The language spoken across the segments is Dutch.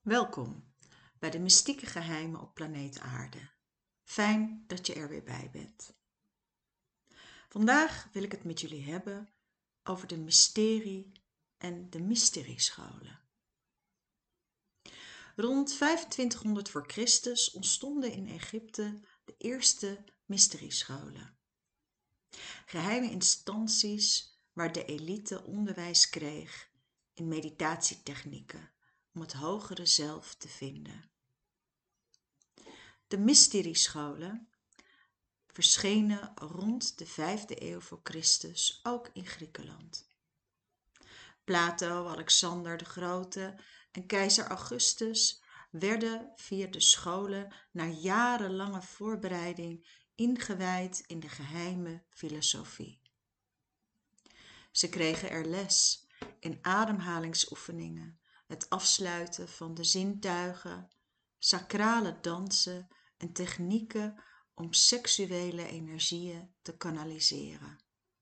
Welkom bij de mystieke geheimen op planeet Aarde. Fijn dat je er weer bij bent. Vandaag wil ik het met jullie hebben over de mysterie en de mysteriescholen. Rond 2500 voor Christus ontstonden in Egypte de eerste mysteriescholen. Geheime instanties waar de elite onderwijs kreeg in meditatietechnieken om het hogere zelf te vinden. De mysteriescholen verschenen rond de 5e eeuw voor Christus ook in Griekenland. Plato, Alexander de Grote en keizer Augustus werden via de scholen na jarenlange voorbereiding ingewijd in de geheime filosofie. Ze kregen er les in ademhalingsoefeningen, het afsluiten van de zintuigen, sacrale dansen en technieken om seksuele energieën te kanaliseren.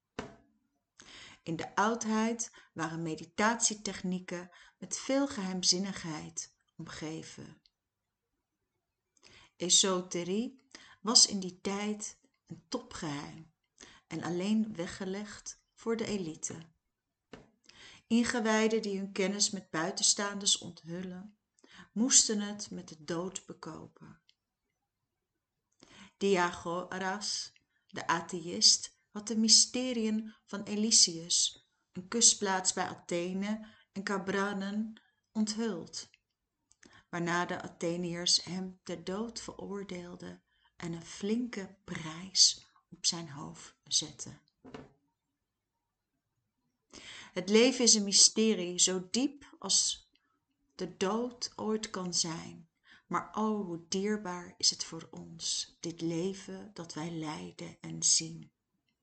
In de oudheid waren meditatietechnieken met veel geheimzinnigheid omgeven. Esoterie was in die tijd een topgeheim en alleen weggelegd voor de elite. Ingewijden die hun kennis met buitenstaanders onthullen, moesten het met de dood bekopen. Diagoras, de atheïst, had de mysteriën van Elysius, een kustplaats bij Athene en Cabranen, onthuld, waarna de Atheniërs hem ter dood veroordeelden en een flinke prijs op zijn hoofd zetten. Het leven is een mysterie zo diep als de dood ooit kan zijn. Maar o, hoe dierbaar is het voor ons, dit leven dat wij leiden en zien.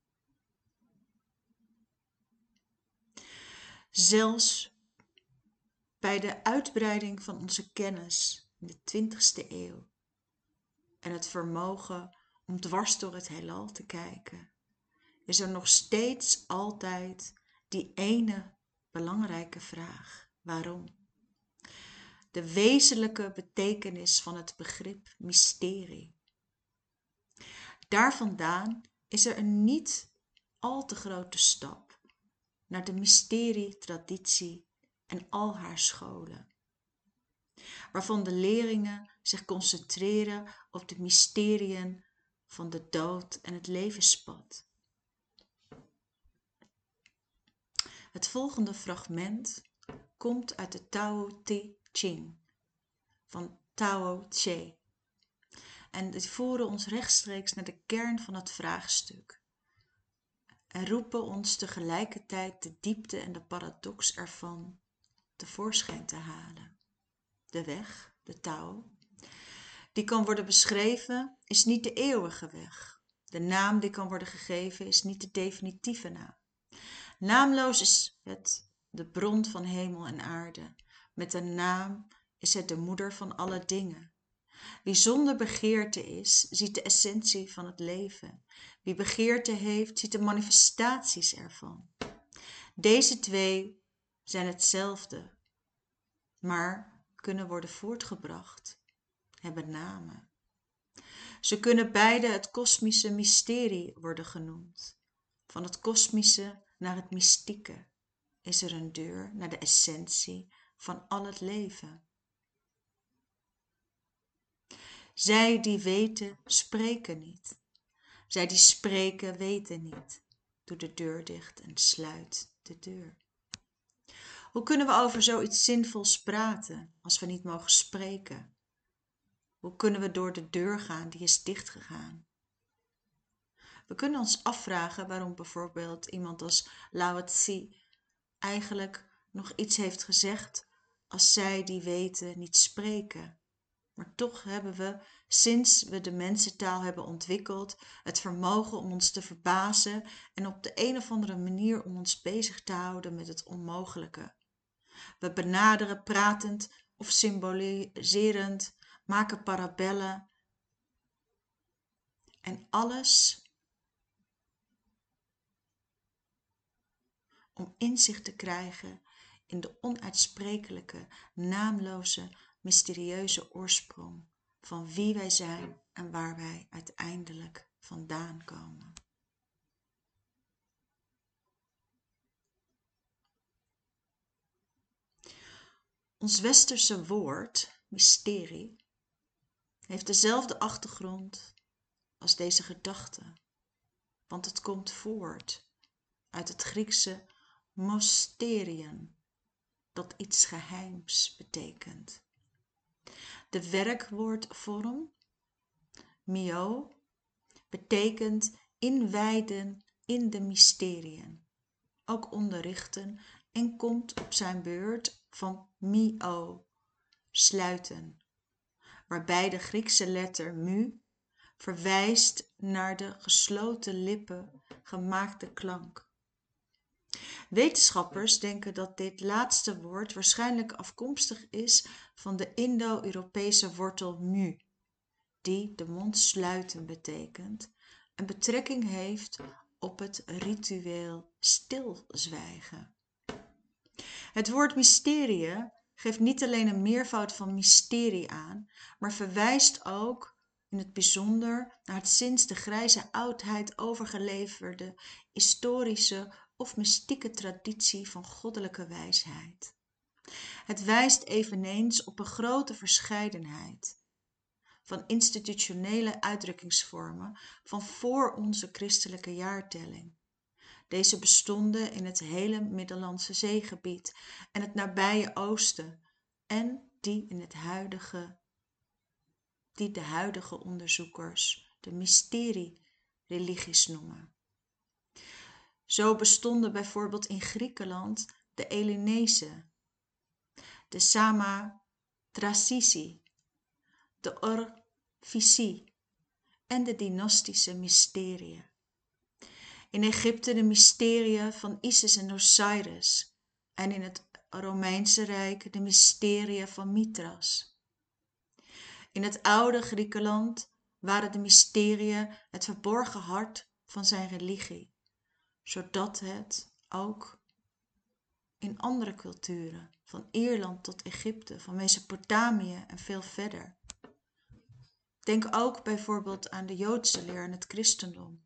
Zelfs bij de uitbreiding van onze kennis in de 20e eeuw en het vermogen om dwars door het heelal te kijken, is er nog steeds altijd die ene belangrijke vraag: waarom? De wezenlijke betekenis van het begrip mysterie. Daar vandaan is er een niet al te grote stap naar de mysterietraditie en al haar scholen, waarvan de leerlingen zich concentreren op de mysteriën van de dood en het levenspad. Het volgende fragment komt uit de Tao Te Ching van Tao Te en die voeren ons rechtstreeks naar de kern van het vraagstuk en roepen ons tegelijkertijd de diepte en de paradox ervan tevoorschijn te halen. De weg, de Tao, die kan worden beschreven, is niet de eeuwige weg. De naam die kan worden gegeven is niet de definitieve naam. Naamloos is het de bron van hemel en aarde. Met een naam is het de moeder van alle dingen. Wie zonder begeerte is, ziet de essentie van het leven. Wie begeerte heeft, ziet de manifestaties ervan. Deze twee zijn hetzelfde, maar kunnen worden voortgebracht, hebben namen. Ze kunnen beide het kosmische mysterie worden genoemd. Van het kosmische naar het mystieke is er een deur naar de essentie van al het leven. Zij die weten, spreken niet. Zij die spreken, weten niet. Doe de deur dicht en sluit de deur. Hoe kunnen we over zoiets zinvols praten als we niet mogen spreken? Hoe kunnen we door de deur gaan die is dichtgegaan? We kunnen ons afvragen waarom bijvoorbeeld iemand als Lao Tse eigenlijk nog iets heeft gezegd als zij die weten niet spreken. Maar toch hebben we, sinds we de mensentaal hebben ontwikkeld, het vermogen om ons te verbazen en op de een of andere manier om ons bezig te houden met het onmogelijke. We benaderen pratend of symboliserend, maken parabellen en alles om inzicht te krijgen in de onuitsprekelijke, naamloze, mysterieuze oorsprong van wie wij zijn en waar wij uiteindelijk vandaan komen. Ons westerse woord, mysterie, heeft dezelfde achtergrond als deze gedachte, want het komt voort uit het Griekse mysterion, dat iets geheims betekent. De werkwoordvorm myo betekent inwijden in de mysteriën, ook onderrichten, en komt op zijn beurt van myo, sluiten, waarbij de Griekse letter mu verwijst naar de gesloten lippen gemaakte klank. Wetenschappers denken dat dit laatste woord waarschijnlijk afkomstig is van de Indo-Europese wortel mu, die de mond sluiten betekent en betrekking heeft op het ritueel stilzwijgen. Het woord mysterie geeft niet alleen een meervoud van mysterie aan, maar verwijst ook in het bijzonder naar het sinds de grijze oudheid overgeleverde historische of mystieke traditie van goddelijke wijsheid. Het wijst eveneens op een grote verscheidenheid van institutionele uitdrukkingsvormen van voor onze christelijke jaartelling. Deze bestonden in het hele Middellandse Zeegebied en het nabije Oosten en die de huidige onderzoekers de mysterie-religies noemen. Zo bestonden bijvoorbeeld in Griekenland de Eleunezen, de Samothracici, de Orfici en de dynastische mysteriën. In Egypte de mysterieën van Isis en Osiris en in het Romeinse Rijk de mysterieën van Mithras. In het oude Griekenland waren de mysterieën het verborgen hart van zijn religie, zodat het ook in andere culturen, van Ierland tot Egypte, van Mesopotamië en veel verder. Denk ook bijvoorbeeld aan de Joodse leer en het christendom.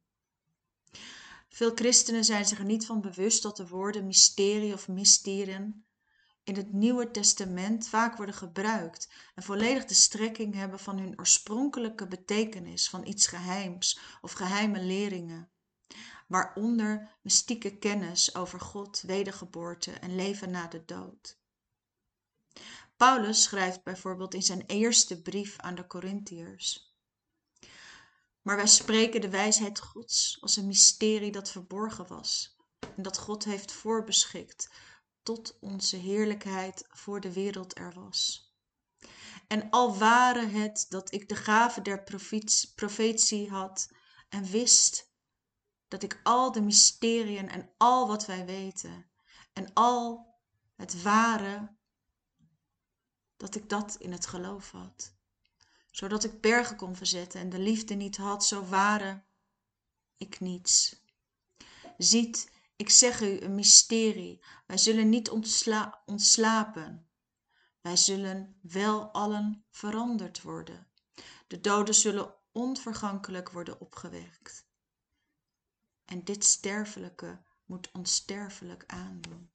Veel christenen zijn zich er niet van bewust dat de woorden mysterie of mysteriën in het Nieuwe Testament vaak worden gebruikt en volledig de strekking hebben van hun oorspronkelijke betekenis van iets geheims of geheime leringen, waaronder mystieke kennis over God, wedergeboorte en leven na de dood. Paulus schrijft bijvoorbeeld in zijn eerste brief aan de Korintiërs: maar wij spreken de wijsheid Gods als een mysterie dat verborgen was en dat God heeft voorbeschikt tot onze heerlijkheid voor de wereld er was. En al ware het dat ik de gave der profetie had en wist dat ik al de mysteriën en al wat wij weten en al het ware, dat ik dat in het geloof had, zodat ik bergen kon verzetten en de liefde niet had, zo ware ik niets. Ziet, ik zeg u een mysterie, wij zullen niet ontslapen. Wij zullen wel allen veranderd worden. De doden zullen onvergankelijk worden opgewekt. En dit sterfelijke moet onsterfelijk aandoen.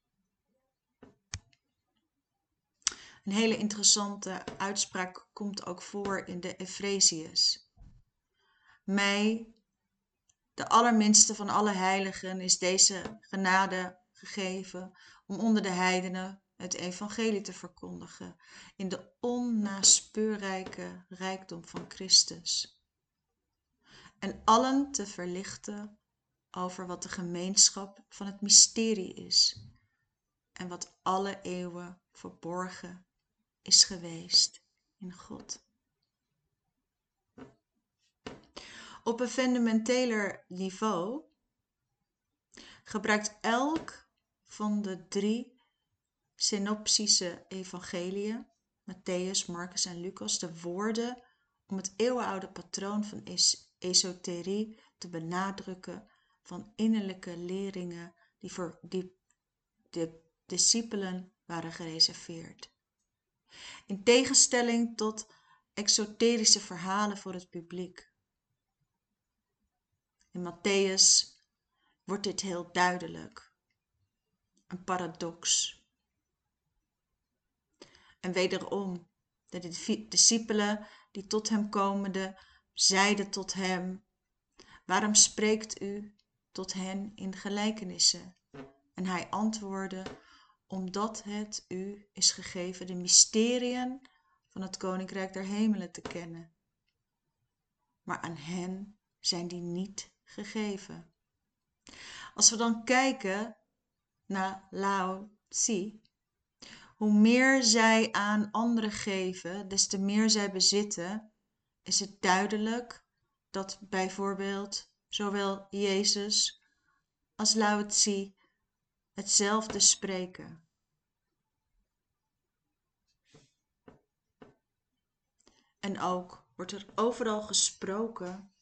Een hele interessante uitspraak komt ook voor in de Efeziërs. Mij, de allerminste van alle heiligen, is deze genade gegeven om onder de heidenen het evangelie te verkondigen in de onnaspeurrijke rijkdom van Christus. En allen te verlichten over wat de gemeenschap van het mysterie is en wat alle eeuwen verborgen is geweest in God. Op een fundamenteler niveau gebruikt elk van de 3 synoptische evangeliën, Mattheüs, Marcus en Lucas, de woorden om het eeuwenoude patroon van esoterie te benadrukken van innerlijke leringen die voor de discipelen waren gereserveerd. In tegenstelling tot exoterische verhalen voor het publiek. In Matthäus wordt dit heel duidelijk. Een paradox. En wederom, de discipelen die tot hem komende zeiden tot hem: waarom spreekt u tot hen in gelijkenissen? En hij antwoordde: omdat het u is gegeven de mysteriën van het Koninkrijk der Hemelen te kennen. Maar aan hen zijn die niet gegeven. Als we dan kijken naar Lao Tzu, hoe meer zij aan anderen geven, des te meer zij bezitten, is het duidelijk dat bijvoorbeeld zowel Jezus als Lao Tzu hetzelfde spreken. En ook wordt er overal gesproken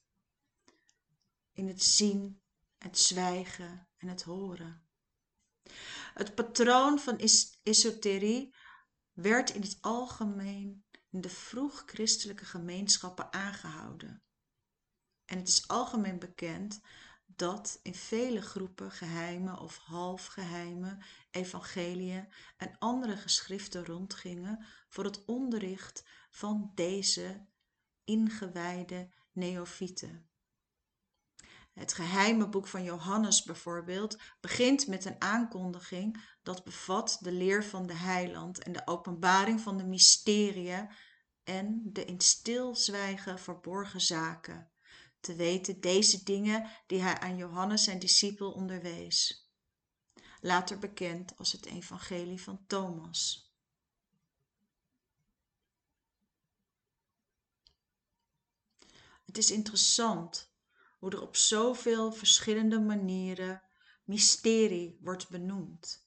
in het zien, het zwijgen en het horen. Het patroon van esoterie werd in het algemeen in de vroeg-christelijke gemeenschappen aangehouden. En het is algemeen bekend dat in vele groepen geheime of halfgeheime evangeliën en andere geschriften rondgingen voor het onderricht van deze ingewijde neofieten. Het geheime boek van Johannes bijvoorbeeld begint met een aankondiging dat bevat de leer van de heiland en de openbaring van de mysteriën en de in stilzwijgen verborgen zaken. Te weten deze dingen die hij aan Johannes zijn discipel onderwees. Later bekend als het evangelie van Thomas. Het is interessant hoe er op zoveel verschillende manieren mysterie wordt benoemd.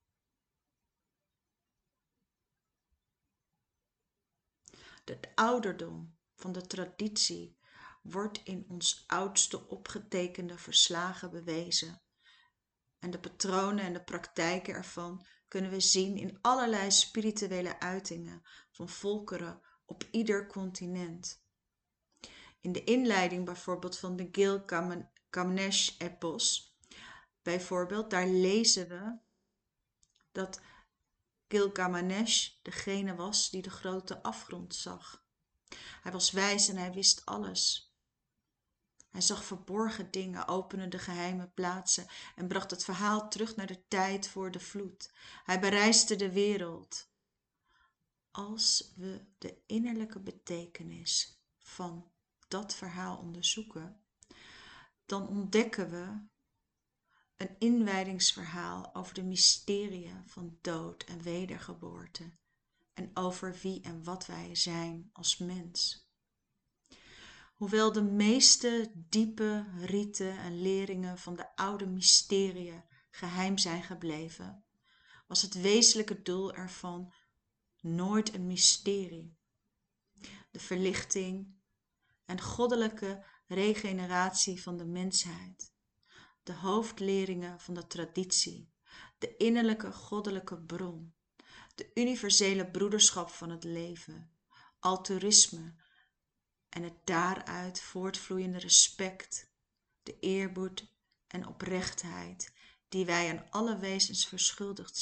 De ouderdom van de traditie wordt in ons oudste opgetekende verslagen bewezen. En de patronen en de praktijken ervan kunnen we zien in allerlei spirituele uitingen van volkeren op ieder continent. In de inleiding bijvoorbeeld van de Gilgamesh-epos, bijvoorbeeld, daar lezen we dat Gilgamesh degene was die de grote afgrond zag. Hij was wijs en hij wist alles. Hij zag verborgen dingen, opende de geheime plaatsen en bracht het verhaal terug naar de tijd voor de vloed. Hij bereisde de wereld. Als we de innerlijke betekenis van dat verhaal onderzoeken, dan ontdekken we een inwijdingsverhaal over de mysterieën van dood en wedergeboorte en over wie en wat wij zijn als mens. Hoewel de meeste diepe riten en leringen van de oude mysteriën geheim zijn gebleven, was het wezenlijke doel ervan nooit een mysterie. De verlichting en goddelijke regeneratie van de mensheid, de hoofdleringen van de traditie, de innerlijke goddelijke bron, de universele broederschap van het leven, altruïsme en het daaruit voortvloeiende respect, de eerbied en oprechtheid die wij aan alle wezens verschuldigd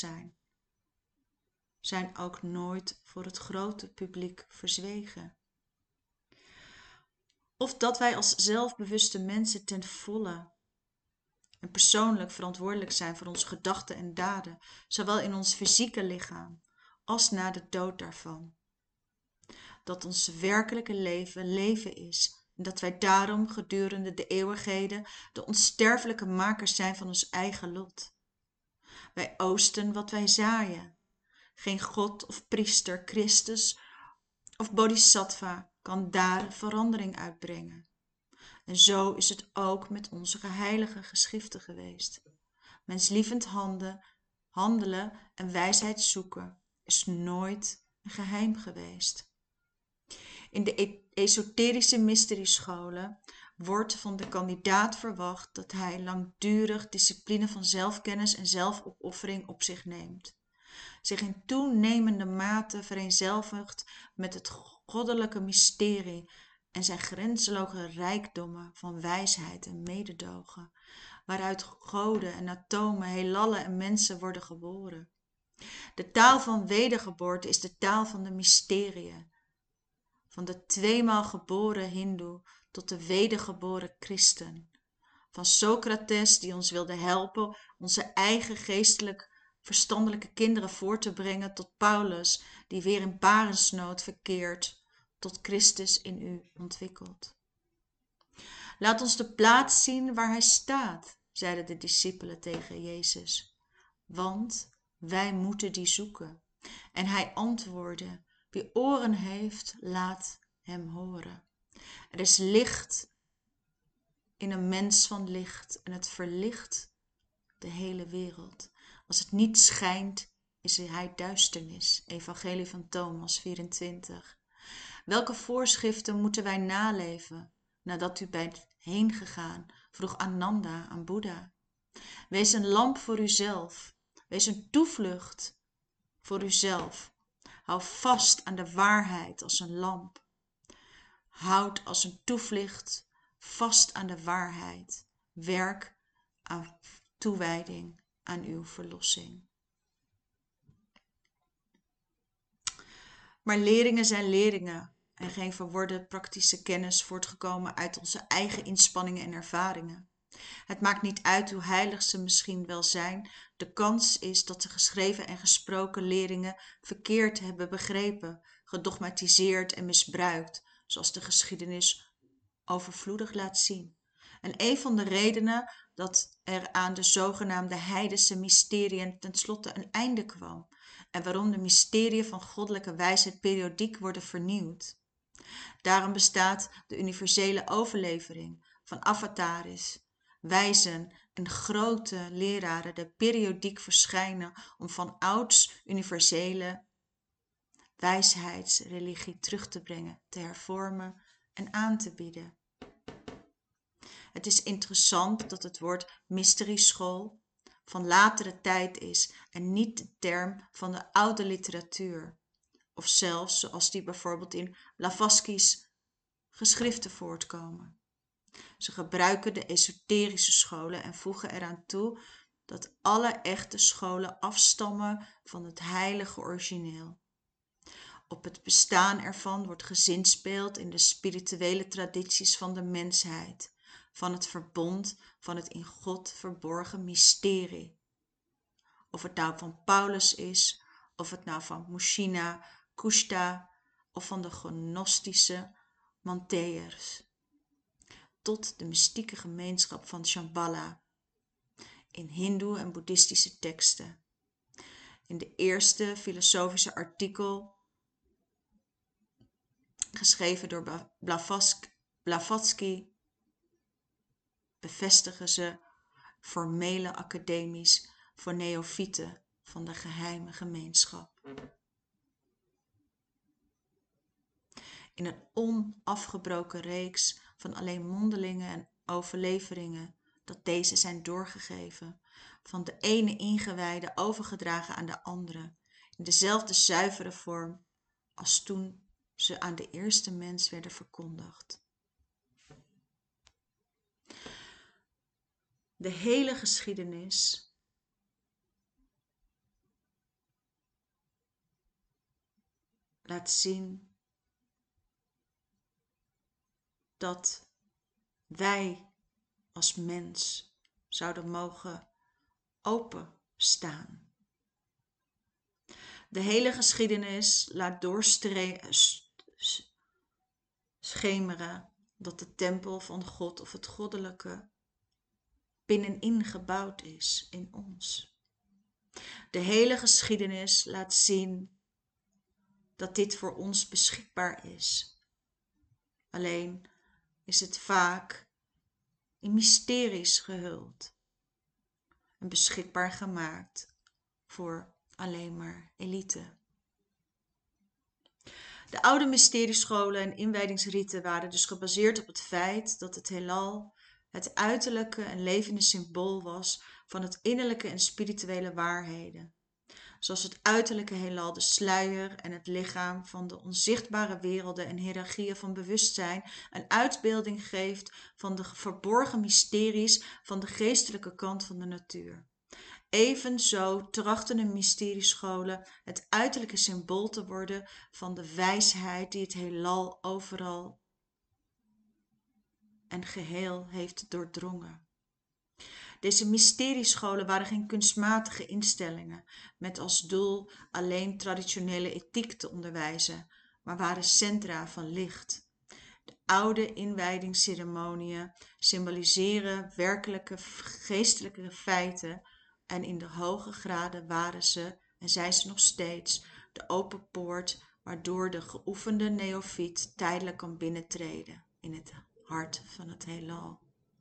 zijn ook nooit voor het grote publiek verzwegen. Of dat wij als zelfbewuste mensen ten volle en persoonlijk verantwoordelijk zijn voor onze gedachten en daden, zowel in ons fysieke lichaam als na de dood daarvan. Dat ons werkelijke leven is en dat wij daarom gedurende de eeuwigheden de onsterfelijke makers zijn van ons eigen lot. Wij oosten wat wij zaaien. Geen god of priester, Christus of bodhisattva kan daar verandering uitbrengen. En zo is het ook met onze heilige geschriften geweest. Menslievend handelen en wijsheid zoeken is nooit een geheim geweest. In de esoterische mysteriescholen wordt van de kandidaat verwacht dat hij langdurig discipline van zelfkennis en zelfopoffering op zich neemt. zich in toenemende mate vereenzelvigt met het goddelijke mysterie en zijn grenzeloze rijkdommen van wijsheid en mededogen, waaruit goden en atomen, heelallen en mensen worden geboren. De taal van wedergeboorte is de taal van de mysteriën, van de tweemaal geboren hindoe tot de wedergeboren christen. Van Socrates die ons wilde helpen onze eigen geestelijk verstandelijke kinderen voor te brengen, tot Paulus die weer in barensnood verkeert, tot Christus in u ontwikkelt. Laat ons de plaats zien waar hij staat, zeiden de discipelen tegen Jezus, want wij moeten die zoeken. En hij antwoordde, wie oren heeft, laat hem horen. Er is licht in een mens van licht en het verlicht de hele wereld. Als het niet schijnt, is hij duisternis. Evangelie van Thomas 24. Welke voorschriften moeten wij naleven nadat u bent heen gegaan? Vroeg Ananda aan Boeddha. Wees een lamp voor uzelf. Wees een toevlucht voor uzelf. Hou vast aan de waarheid als een lamp. Houd als een toevlucht vast aan de waarheid. Werk aan toewijding aan uw verlossing. Maar leringen zijn leringen en geen verworde praktische kennis voortgekomen uit onze eigen inspanningen en ervaringen. Het maakt niet uit hoe heilig ze misschien wel zijn, de kans is dat de geschreven en gesproken leringen verkeerd hebben begrepen, gedogmatiseerd en misbruikt, zoals de geschiedenis overvloedig laat zien. En een van de redenen dat er aan de zogenaamde heidense mysteriën tenslotte een einde kwam en waarom de mysteriën van goddelijke wijsheid periodiek worden vernieuwd. Daarom bestaat de universele overlevering van avataris, wijzen en grote leraren die periodiek verschijnen om van ouds universele wijsheidsreligie terug te brengen, te hervormen en aan te bieden. Het is interessant dat het woord mysterieschool van latere tijd is en niet de term van de oude literatuur, of zelfs zoals die bijvoorbeeld in Blavatsky's geschriften voortkomen. Ze gebruiken de esoterische scholen en voegen eraan toe dat alle echte scholen afstammen van het heilige origineel. Op het bestaan ervan wordt gezinspeeld in de spirituele tradities van de mensheid, van het verbond van het in God verborgen mysterie. Of het nou van Paulus is, of het nou van Mushina, Kushta of van de gnostische Manteërs, tot de mystieke gemeenschap van Shambhala in hindoe en boeddhistische teksten. In de eerste filosofische artikel geschreven door Blavatsky bevestigen ze formele academies voor neofieten van de geheime gemeenschap. In een onafgebroken reeks van alleen mondelingen en overleveringen dat deze zijn doorgegeven, van de ene ingewijde overgedragen aan de andere, in dezelfde zuivere vorm als toen ze aan de eerste mens werden verkondigd. De hele geschiedenis laat zien dat wij als mens zouden mogen openstaan. De hele geschiedenis laat doorschemeren dat de tempel van God of het goddelijke binnenin gebouwd is in ons. De hele geschiedenis laat zien dat dit voor ons beschikbaar is. Alleen is het vaak in mysteries gehuld en beschikbaar gemaakt voor alleen maar elite. De oude mysteriescholen en inwijdingsriten waren dus gebaseerd op het feit dat het heelal het uiterlijke en levende symbool was van het innerlijke en spirituele waarheden. zoals het uiterlijke heelal de sluier en het lichaam van de onzichtbare werelden en hiërarchieën van bewustzijn een uitbeelding geeft van de verborgen mysteries van de geestelijke kant van de natuur. Evenzo trachten de mysteriescholen het uiterlijke symbool te worden van de wijsheid die het heelal overal en geheel heeft doordrongen. Deze mysteriescholen waren geen kunstmatige instellingen met als doel alleen traditionele ethiek te onderwijzen, maar waren centra van licht. De oude inwijdingsceremoniën symboliseren werkelijke geestelijke feiten en in de hoge graden waren ze, en zijn ze nog steeds, de open poort waardoor de geoefende neofiet tijdelijk kan binnentreden in het hart van het heelal.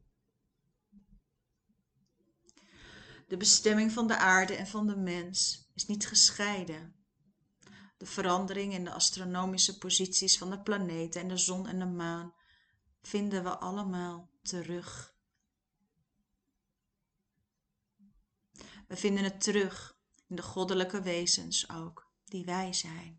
De bestemming van de aarde en van de mens is niet gescheiden. De verandering in de astronomische posities van de planeten en de zon en de maan vinden we allemaal terug. We vinden het terug in de goddelijke wezens ook, die wij zijn.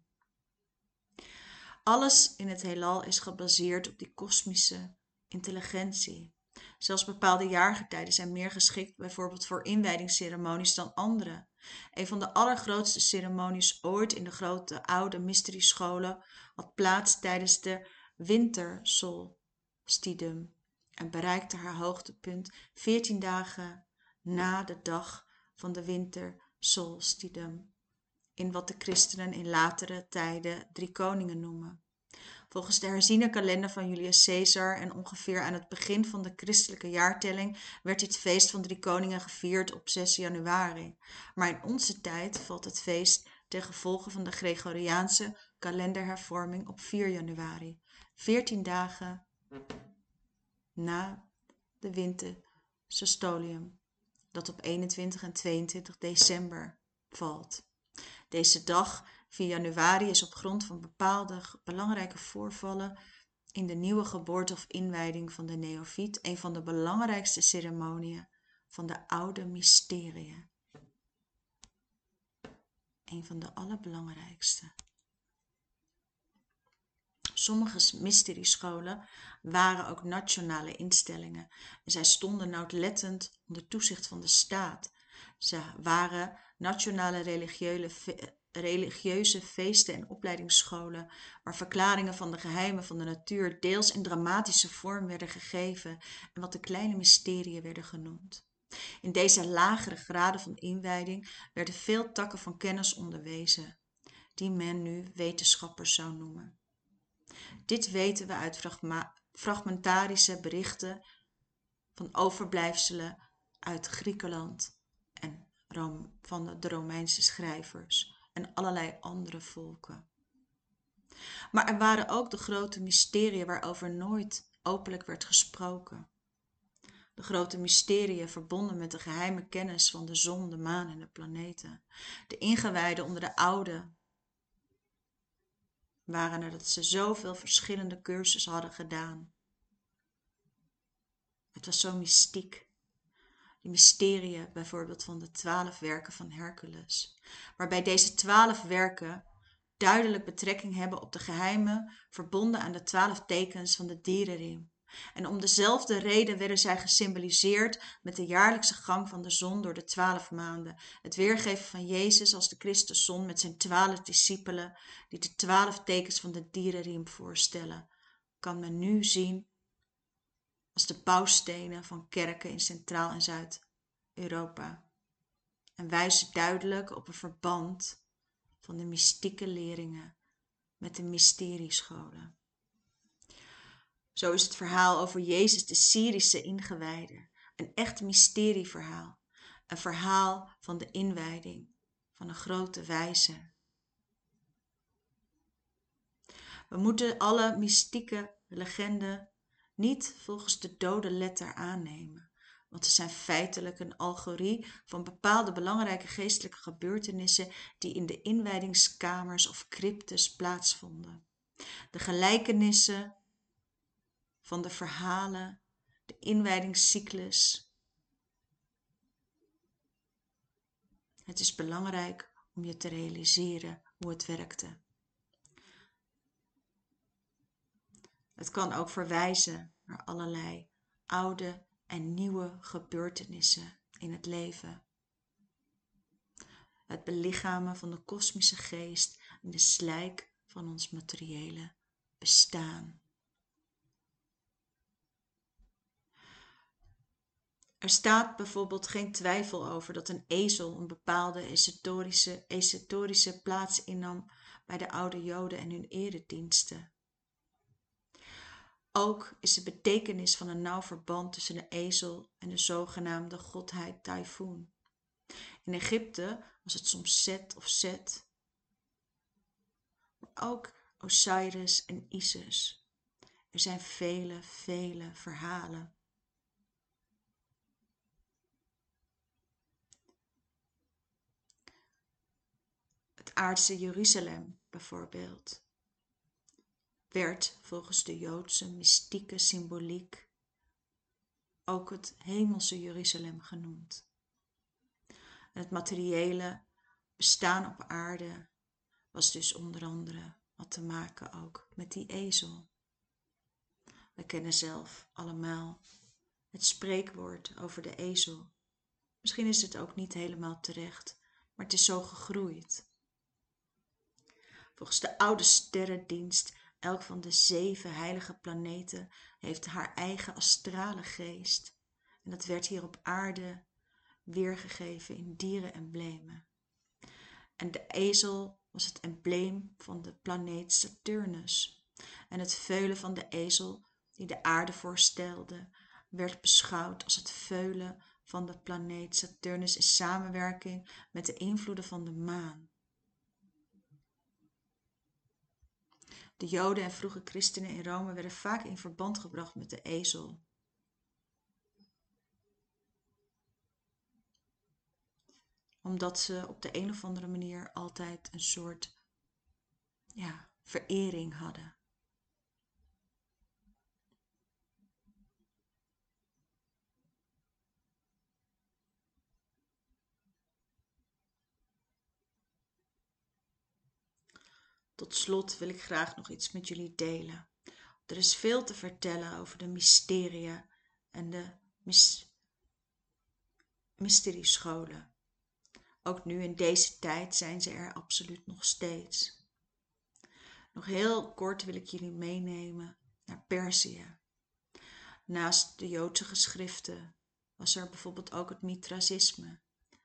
Alles in het heelal is gebaseerd op die kosmische intelligentie. Zelfs bepaalde jaargetijden zijn meer geschikt bijvoorbeeld voor inwijdingsceremonies dan andere. Een van de allergrootste ceremonies ooit in de grote oude mysteriescholen had plaats tijdens de wintersolstidum en bereikte haar hoogtepunt 14 dagen na de dag van de wintersolstidum, in wat de christenen in latere tijden 3 koningen noemen. Volgens de herziene kalender van Julius Caesar en ongeveer aan het begin van de christelijke jaartelling werd dit feest van 3 koningen gevierd op 6 januari. Maar in onze tijd valt het feest ten gevolge van de Gregoriaanse kalenderhervorming op 4 januari, 14 dagen na de wintersestolium, dat op 21 en 22 december valt. Deze dag, 4 januari, is op grond van bepaalde belangrijke voorvallen in de nieuwe geboorte of inwijding van de neofiet een van de belangrijkste ceremoniën van de oude mysteriën. Een van de allerbelangrijkste. Sommige mysteriescholen waren ook nationale instellingen en zij stonden nauwlettend onder toezicht van de staat. Ze waren nationale religieuze feesten en opleidingsscholen waar verklaringen van de geheimen van de natuur deels in dramatische vorm werden gegeven en wat de kleine mysterieën werden genoemd. In deze lagere graden van inwijding werden veel takken van kennis onderwezen, die men nu wetenschappers zou noemen. Dit weten we uit fragmentarische berichten van overblijfselen uit Griekenland en van de Romeinse schrijvers en allerlei andere volken. Maar er waren ook de grote mysterieën waarover nooit openlijk werd gesproken. De grote mysterieën verbonden met de geheime kennis van de zon, de maan en de planeten. De ingewijden onder de oude waren er dat ze zoveel verschillende cursussen hadden gedaan. Het was zo mystiek. Die mysterieën bijvoorbeeld van de 12 werken van Hercules. Waarbij deze 12 werken duidelijk betrekking hebben op de geheimen verbonden aan de 12 tekens van de dierenriem. En om dezelfde reden werden zij gesymboliseerd met de jaarlijkse gang van de zon door de 12 maanden. Het weergeven van Jezus als de Christuszon met zijn 12 discipelen die de 12 tekens van de dierenriem voorstellen, kan men nu zien als de bouwstenen van kerken in Centraal- en Zuid-Europa. En wijzen duidelijk op een verband van de mystieke leringen met de mysteriescholen. Zo is het verhaal over Jezus de Syrische ingewijde een echt mysterieverhaal. Een verhaal van de inwijding van een grote wijze. We moeten alle mystieke legenden niet volgens de dode letter aannemen, want ze zijn feitelijk een allegorie van bepaalde belangrijke geestelijke gebeurtenissen die in de inwijdingskamers of cryptes plaatsvonden. De gelijkenissen van de verhalen, de inwijdingscyclus. Het is belangrijk om je te realiseren hoe het werkte. Het kan ook verwijzen naar allerlei oude en nieuwe gebeurtenissen in het leven. Het belichamen van de kosmische geest en de slijk van ons materiële bestaan. Er staat bijvoorbeeld geen twijfel over dat een ezel een bepaalde esoterische plaats innam bij de oude Joden en hun erediensten. Ook is de betekenis van een nauw verband tussen de ezel en de zogenaamde godheid Typhoon. In Egypte was het soms Set of Set, maar ook Osiris en Isis. Er zijn vele verhalen. Het aardse Jeruzalem bijvoorbeeld werd volgens de Joodse mystieke symboliek ook het hemelse Jeruzalem genoemd. En het materiële bestaan op aarde was dus onder andere wat te maken ook met die ezel. We kennen zelf allemaal het spreekwoord over de ezel. Misschien is het ook niet helemaal terecht, maar het is zo gegroeid. Volgens de oude sterrendienst, elk van de 7 heilige planeten heeft haar eigen astrale geest. En dat werd hier op aarde weergegeven in dierenemblemen. En de ezel was het embleem van de planeet Saturnus. En het veulen van de ezel, die de aarde voorstelde, werd beschouwd als het veulen van de planeet Saturnus in samenwerking met de invloeden van de maan. De Joden en vroege christenen in Rome werden vaak in verband gebracht met de ezel. Omdat ze op de een of andere manier altijd een soort verering hadden. Tot slot wil ik graag nog iets met jullie delen. Er is veel te vertellen over de mysterieën en de mysteriescholen. Ook nu in deze tijd zijn ze er absoluut nog steeds. Nog heel kort wil ik jullie meenemen naar Perzië. Naast de Joodse geschriften was er bijvoorbeeld ook het Mithraïsme.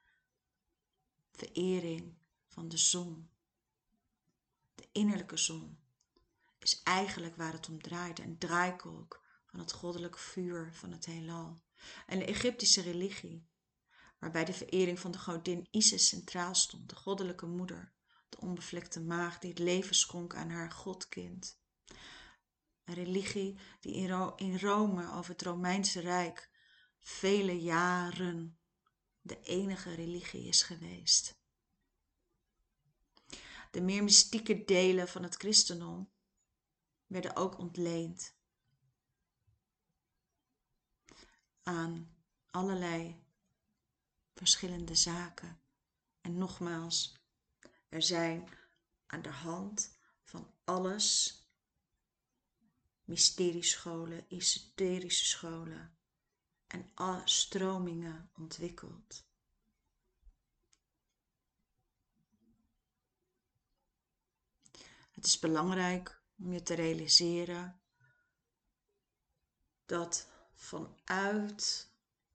Verering van de zon. De innerlijke zon is eigenlijk waar het om draait. Een draaikolk van het goddelijk vuur van het heelal. En de Egyptische religie, waarbij de verering van de godin Isis centraal stond, de goddelijke moeder, de onbevlekte maagd die het leven schonk aan haar godkind. Een religie die in Rome over het Romeinse Rijk vele jaren de enige religie is geweest. De meer mystieke delen van het christendom werden ook ontleend aan allerlei verschillende zaken. En nogmaals, er zijn aan de hand van alles mysteriescholen, esoterische scholen en alle stromingen ontwikkeld. Het is belangrijk om je te realiseren dat vanuit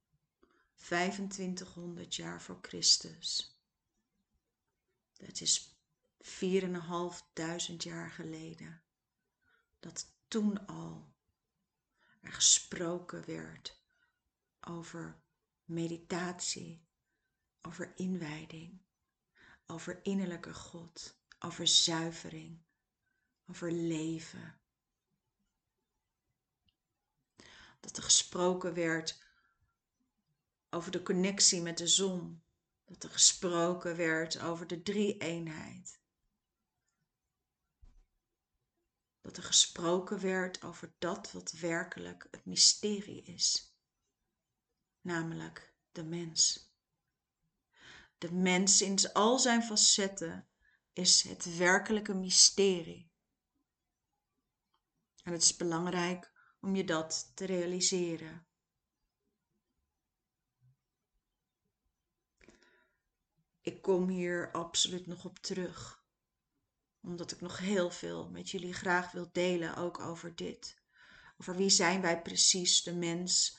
2500 jaar voor Christus, dat is 4.500 jaar geleden, dat toen al er gesproken werd over meditatie, over inwijding, over innerlijke God, over zuivering, over leven. Dat er gesproken werd over de connectie met de zon. Dat er gesproken werd over de drie-eenheid. Dat er gesproken werd over dat wat werkelijk het mysterie is. Namelijk de mens. De mens in al zijn facetten is het werkelijke mysterie. En het is belangrijk om je dat te realiseren. Ik kom hier absoluut nog op terug, omdat ik nog heel veel met jullie graag wil delen, ook over dit. Over wie zijn wij precies, de mens,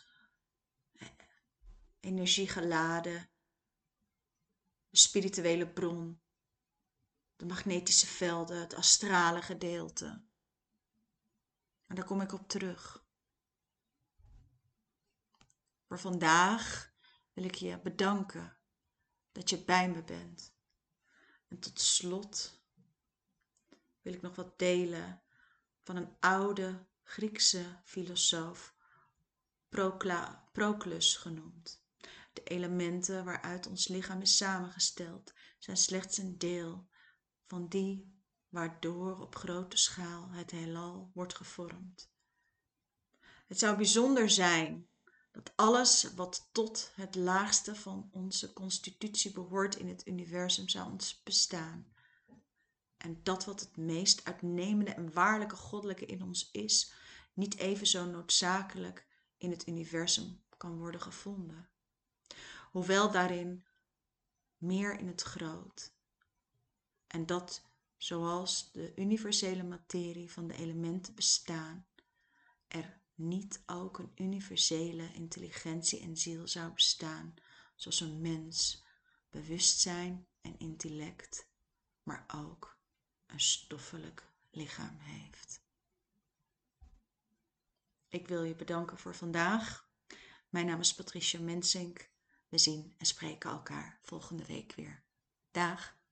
energiegeladen, de spirituele bron, de magnetische velden, het astrale gedeelte. En daar kom ik op terug. Voor vandaag wil ik je bedanken dat je bij me bent. En tot slot wil ik nog wat delen van een oude Griekse filosoof, Proclus genoemd. De elementen waaruit ons lichaam is samengesteld zijn slechts een deel van die waardoor op grote schaal het heelal wordt gevormd. Het zou bijzonder zijn dat alles wat tot het laagste van onze constitutie behoort in het universum zou ons bestaan. En dat wat het meest uitnemende en waarlijke goddelijke in ons is, niet even zo noodzakelijk in het universum kan worden gevonden. Hoewel daarin meer in het groot. En dat zoals de universele materie van de elementen bestaan, er niet ook een universele intelligentie en ziel zou bestaan, zoals een mens, bewustzijn en intellect, maar ook een stoffelijk lichaam heeft. Ik wil je bedanken voor vandaag. Mijn naam is Patricia Mensink. We zien en spreken elkaar volgende week weer. Dag!